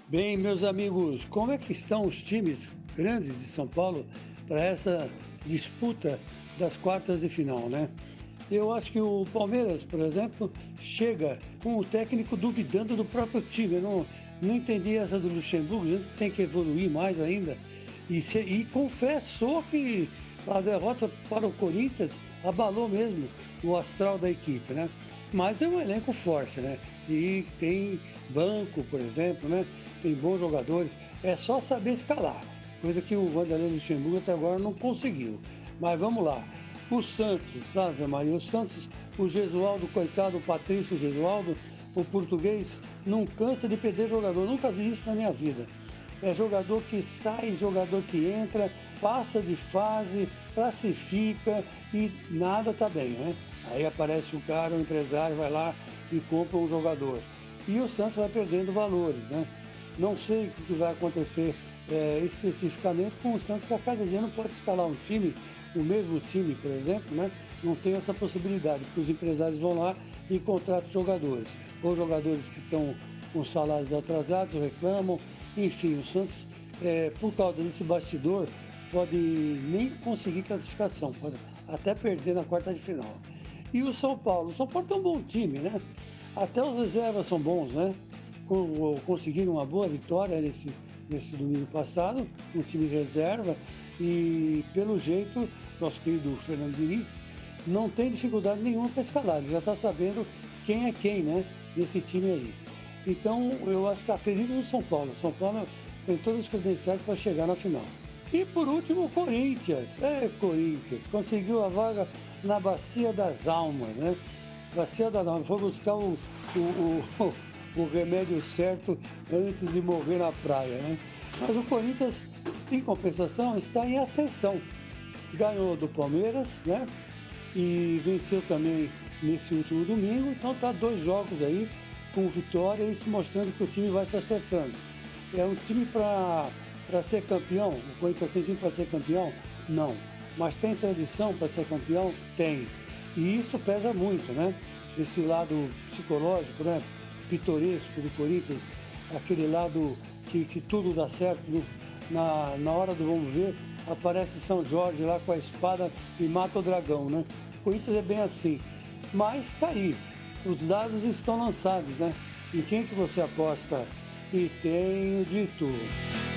Bem, meus amigos, como é que estão os times grandes de São Paulo para essa disputa das quartas de final, né? Eu acho que o Palmeiras, por exemplo, chega com o técnico duvidando do próprio time. Eu não entendi essa do Luxemburgo, a gente tem que evoluir mais ainda. E confessou que a derrota para o Corinthians abalou mesmo o astral da equipe, né? Mas é um elenco forte, né? E tem banco, por exemplo, né? Tem bons jogadores. É só saber escalar, coisa que o Vanderlei Luxemburgo até agora não conseguiu. Mas vamos lá. O Santos, Ave Maria, o Santos, o Gesualdo, coitado, o Patrício Gesualdo, o português, não cansa de perder jogador. Nunca vi isso na minha vida. É jogador que sai, jogador que entra, passa de fase, classifica e nada tá bem, né? Aí aparece o cara, o empresário, vai lá e compra um jogador. E o Santos vai perdendo valores, né? Não sei o que vai acontecer especificamente com o Santos, que a cada dia não pode escalar um time, o mesmo time, por exemplo, né? Não tem essa possibilidade, porque os empresários vão lá e contratam jogadores. Ou jogadores que estão com salários atrasados, reclamam. Enfim, o Santos, por causa desse bastidor, pode nem conseguir classificação, pode até perder na quarta de final. E o São Paulo tem um bom time, né? Até os reservas são bons, né? Conseguiram uma boa vitória nesse domingo passado, um time reserva, e pelo jeito, nosso querido Fernando Diniz não tem dificuldade nenhuma para escalar, ele já está sabendo quem é quem, né? Nesse time aí. Então, eu acho que acredito no São Paulo. São Paulo tem todas as credenciais para chegar na final. E por último, o Corinthians. Corinthians. Conseguiu a vaga na Bacia das Almas, né? Bacia das Almas. Foi buscar o remédio certo antes de morrer na praia, né? Mas o Corinthians, em compensação, está em ascensão. Ganhou do Palmeiras, né? E venceu também nesse último domingo. Então tá 2 jogos aí com vitória, isso mostrando que o time vai se acertando. É um time para ser campeão? O Corinthians tem time para ser campeão? Não. Mas tem tradição para ser campeão? Tem. E isso pesa muito, né? Esse lado psicológico, né? Pitoresco do Corinthians, aquele lado que tudo dá certo. Na hora do vamos ver, aparece São Jorge lá com a espada e mata o dragão, né? O Corinthians é bem assim. Mas tá aí. Os dados estão lançados, né? Em quem que você aposta? E tenho de tudo.